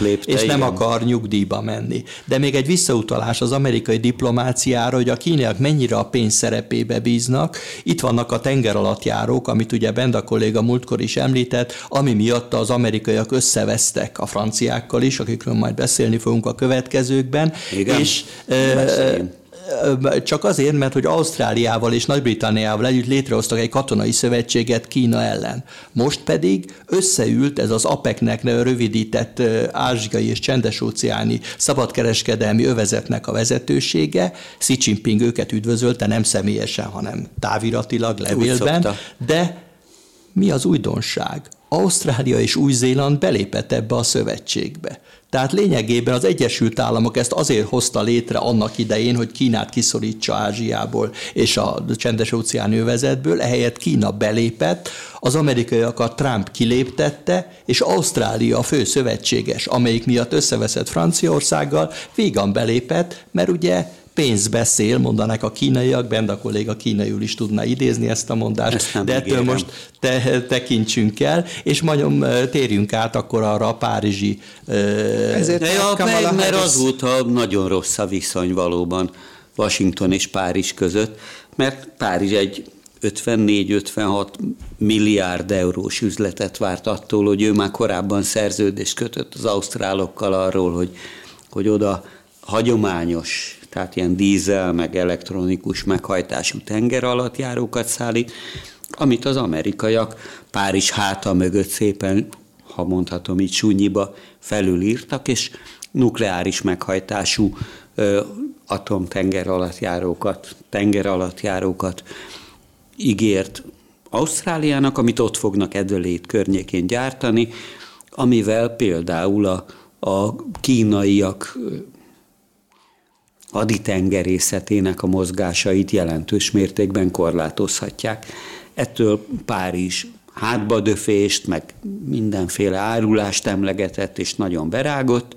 S1: átlépte,
S3: és nem
S1: igen.
S3: akar nyugdíjba menni. De még egy visszautalás az amerikai diplomáciára, hogy a kínaiak mennyire a pénz szerepébe bíznak. Itt vannak a tengeralattjárók, amit ugye Benda kolléga múltkor is említett, ami miatt az amerikaiak összevesztek a franciákkal is, akikről majd beszélni fogunk a következőkben.
S1: Igen.
S3: És e, csak azért, mert hogy Ausztráliával és Nagy-Britanniával együtt létrehoztak egy katonai szövetséget Kína ellen. Most pedig összeült ez az apeknek rövidített ázsiai és csendes-óceáni szabadkereskedelmi övezetnek a vezetősége. Xi Jinping őket üdvözölte, nem személyesen, hanem táviratilag, levélben. De mi az újdonság? Ausztrália és Új-Zéland belépett ebbe a szövetségbe. Tehát lényegében az Egyesült Államok ezt azért hozta létre annak idején, hogy Kínát kiszorítsa Ázsiából és a csendes-óceáni övezetből, ehelyett Kína belépett, az amerikaiakat Trump kiléptette, és Ausztrália a fő szövetséges, amelyik miatt összeveszett Franciaországgal, vígan belépett, mert ugye pénz beszél, mondanak a kínaiak, Benda kolléga kínaiul is tudna idézni ezt a mondást, de ettől most te, tekintsünk el, és majd térjünk át akkor arra a párizsi...
S1: Ezért ja, mert, mert azóta nagyon rossz a viszony valóban Washington és Párizs között, mert Párizs egy ötvennégy-ötvenhat milliárd eurós üzletet várt attól, hogy ő már korábban szerződést kötött az ausztrálokkal arról, hogy, hogy oda hagyományos, tehát ilyen dízel, meg elektronikus meghajtású tengeralattjárókat szállít, amit az amerikaiak Párizs háta mögött szépen, ha mondhatom így, súnyiba felülírtak, és nukleáris meghajtású ö, atomtengeralattjárókat, tengeralattjárókat ígért Ausztráliának, amit ott fognak Adelaide környékén gyártani, amivel például a, a kínaiak haditengerészetének a mozgásait jelentős mértékben korlátozhatják. Ettől Párizs hátbadöfést, meg mindenféle árulást emlegetett, és nagyon berágott.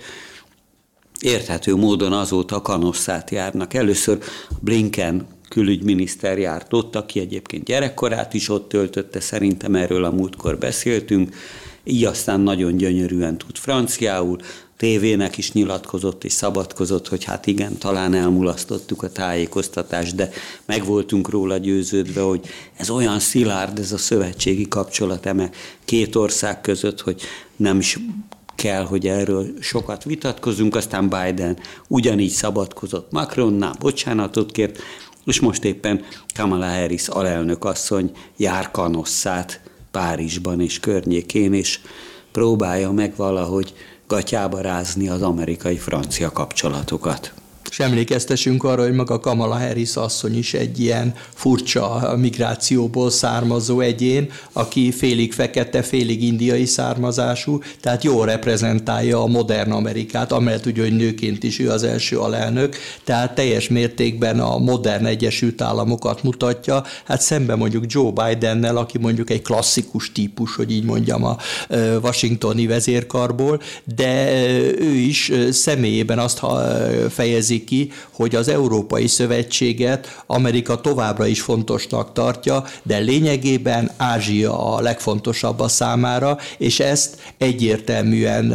S1: Érthető módon azóta kanosszát járnak. Először Blinken külügyminiszter járt ott, aki egyébként gyerekkorát is ott töltötte, szerintem erről a múltkor beszéltünk, így aztán nagyon gyönyörűen tud franciául, tévének is nyilatkozott és szabadkozott, hogy hát igen, talán elmulasztottuk a tájékoztatást, de meg voltunk róla győződve, hogy ez olyan szilárd, ez a szövetségi kapcsolat eme két ország között, hogy nem is kell, hogy erről sokat vitatkozunk, aztán Biden ugyanígy szabadkozott Macronnál, bocsánatot kért, és most éppen Kamala Harris alelnök asszony jár kanosszát Párizsban és környékén, és próbálja meg valahogy gatyába rázni az amerikai-francia kapcsolatokat.
S3: És emlékeztessünk arra, hogy maga Kamala Harris asszony is egy ilyen furcsa migrációból származó egyén, aki félig fekete, félig indiai származású, tehát jól reprezentálja a modern Amerikát, amellett ugye, hogy nőként is ő az első alelnök, tehát teljes mértékben a modern Egyesült Államokat mutatja, hát szemben mondjuk Joe Bidennel, aki mondjuk egy klasszikus típus, hogy így mondjam, a washingtoni vezérkarból, de ő is személyében azt fejezi ki, hogy az Európai Szövetséget Amerika továbbra is fontosnak tartja, de lényegében Ázsia a legfontosabb a számára, és ezt egyértelműen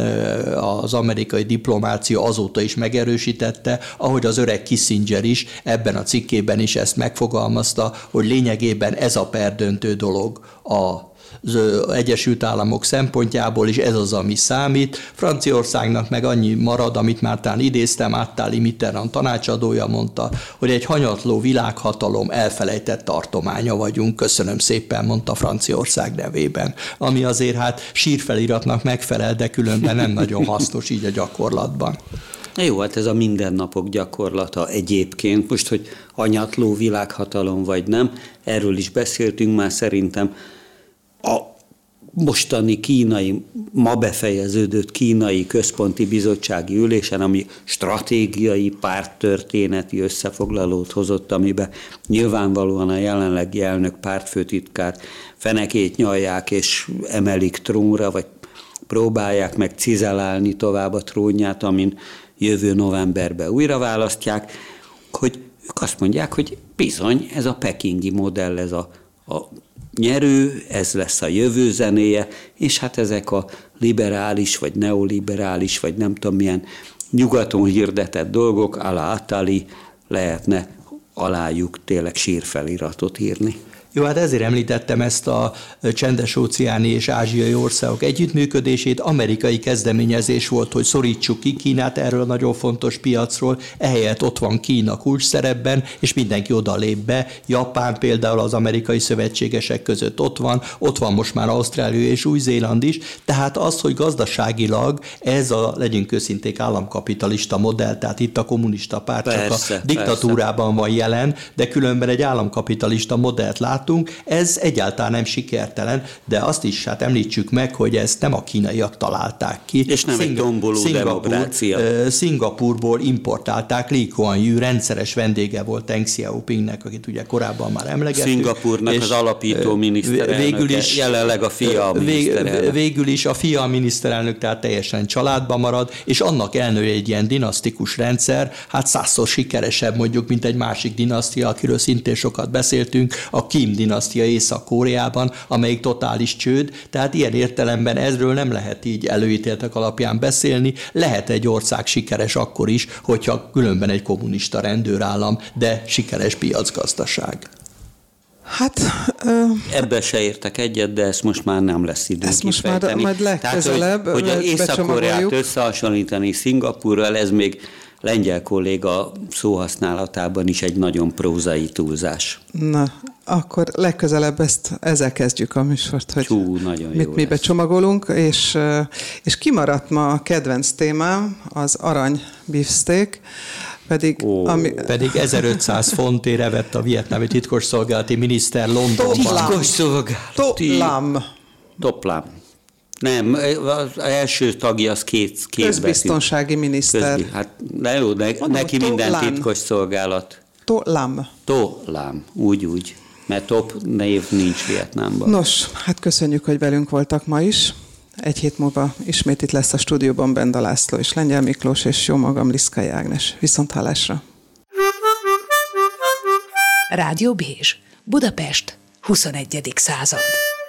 S3: az amerikai diplomácia azóta is megerősítette, ahogy az öreg Kissinger is ebben a cikkében is ezt megfogalmazta, hogy lényegében ez a perdöntő dolog a az Egyesült Államok szempontjából is ez az, ami számít. Franciaországnak meg annyi marad, amit már talán idéztem, Attal Mitterrand tanácsadója mondta, hogy egy hanyatló világhatalom elfelejtett tartománya vagyunk. Köszönöm szépen, mondta Franciaország nevében. Ami azért hát sírfeliratnak megfelel, de különben nem nagyon hasznos így a gyakorlatban.
S1: Jó, hát ez a mindennapok gyakorlata egyébként. Most, hogy hanyatló világhatalom vagy nem, erről is beszéltünk már szerintem. A mostani kínai, ma befejeződött kínai központi bizottsági ülésen, ami stratégiai párttörténeti összefoglalót hozott, amiben nyilvánvalóan a jelenlegi elnök pártfőtitkár fenekét nyalják és emelik trónra, vagy próbálják meg cizelálni tovább a trónját, amin jövő novemberben újra választják, hogy ők azt mondják, hogy bizony ez a pekingi modell, ez a, a nyerő, ez lesz a jövő zenéje, és hát ezek a liberális, vagy neoliberális, vagy nem tudom milyen nyugaton hirdetett dolgok, ala Attali, lehetne alájuk tényleg sírfeliratot írni.
S3: Jó, hát ezért említettem ezt a csendes-óceáni és ázsiai országok együttműködését. Amerikai kezdeményezés volt, hogy szorítsuk ki Kínát erről a nagyon fontos piacról. Ehelyett ott van Kína kulcs szerepben, és mindenki oda lép be. Japán például az amerikai szövetségesek között ott van, ott van most már Ausztrália és Új-Zéland is. Tehát az, hogy gazdaságilag ez a, legyünk őszinték, államkapitalista modell, tehát itt a kommunista párt persze, csak a diktatúrában persze. van jelen, de különben egy államkapitalista modellt lát. Ez egyáltalán nem sikertelen, de azt is hát említsük meg, hogy ezt nem a kínaiak találták ki.
S1: És nem Szing- egy tomboló Szingapur, demokrácia.
S3: Uh, Szingapurból importálták, Lee Kuan Yew rendszeres vendége volt Deng Xiaopingnek, akit ugye korábban már emlegettük.
S1: Szingapurnak az alapító miniszterelnöke, is, jelenleg a fia a miniszterelnök.
S3: Végül is a fia a miniszterelnök, tehát teljesen családban marad, és annak ellenőre egy ilyen dinasztikus rendszer, hát százszor sikeresebb mondjuk, mint egy másik dinasztia, akiről szintén sokat beszéltünk, a Kim dinasztia Észak-Koreában, amelyik totális csőd, tehát ilyen értelemben ezről nem lehet így előítéletek alapján beszélni, lehet egy ország sikeres akkor is, hogyha különben egy kommunista rendőrállam, de sikeres piacgazdaság.
S2: Hát... Ö...
S1: Ebben se értek egyet, de ezt most már nem lesz idő
S2: ezt most már majd legközelebb
S1: Tehát, hogy, hogy Észak-Koreát összehasonlítani Szingapurral, ez még lengyel kolléga szóhasználatában is egy nagyon prózai túlzás.
S2: Na, akkor legközelebb ezt, ezzel kezdjük a műsort, hogy
S1: Hú, nagyon
S2: mit mi becsomagolunk, és, és kimaradt ma a kedvenc témám, az arany beefsteak, pedig,
S3: Ó,
S2: ami...
S3: pedig ezerötszáz fontért evett a vietnámi titkosszolgálati miniszter Londonban.
S1: Titkosszolgálati.
S2: Toplam.
S1: Toplam. Nem, az első tagja az két, két
S2: közbiztonsági
S1: betű.
S2: miniszter.
S1: Közbi, hát de jó, de Mondom, neki minden titkos szolgálat.
S2: Tolam.
S1: Tolam, úgy, úgy. Mert top név nincs Vietnámban.
S2: Nos, hát köszönjük, hogy velünk voltak ma is. Egy hét múlva ismét itt lesz a stúdióban Benda László és Lengyel Miklós, és jó magam, Liszkai Ágnes. Viszonthallásra.
S4: Rádió Bézs, Budapest, huszonegyedik század.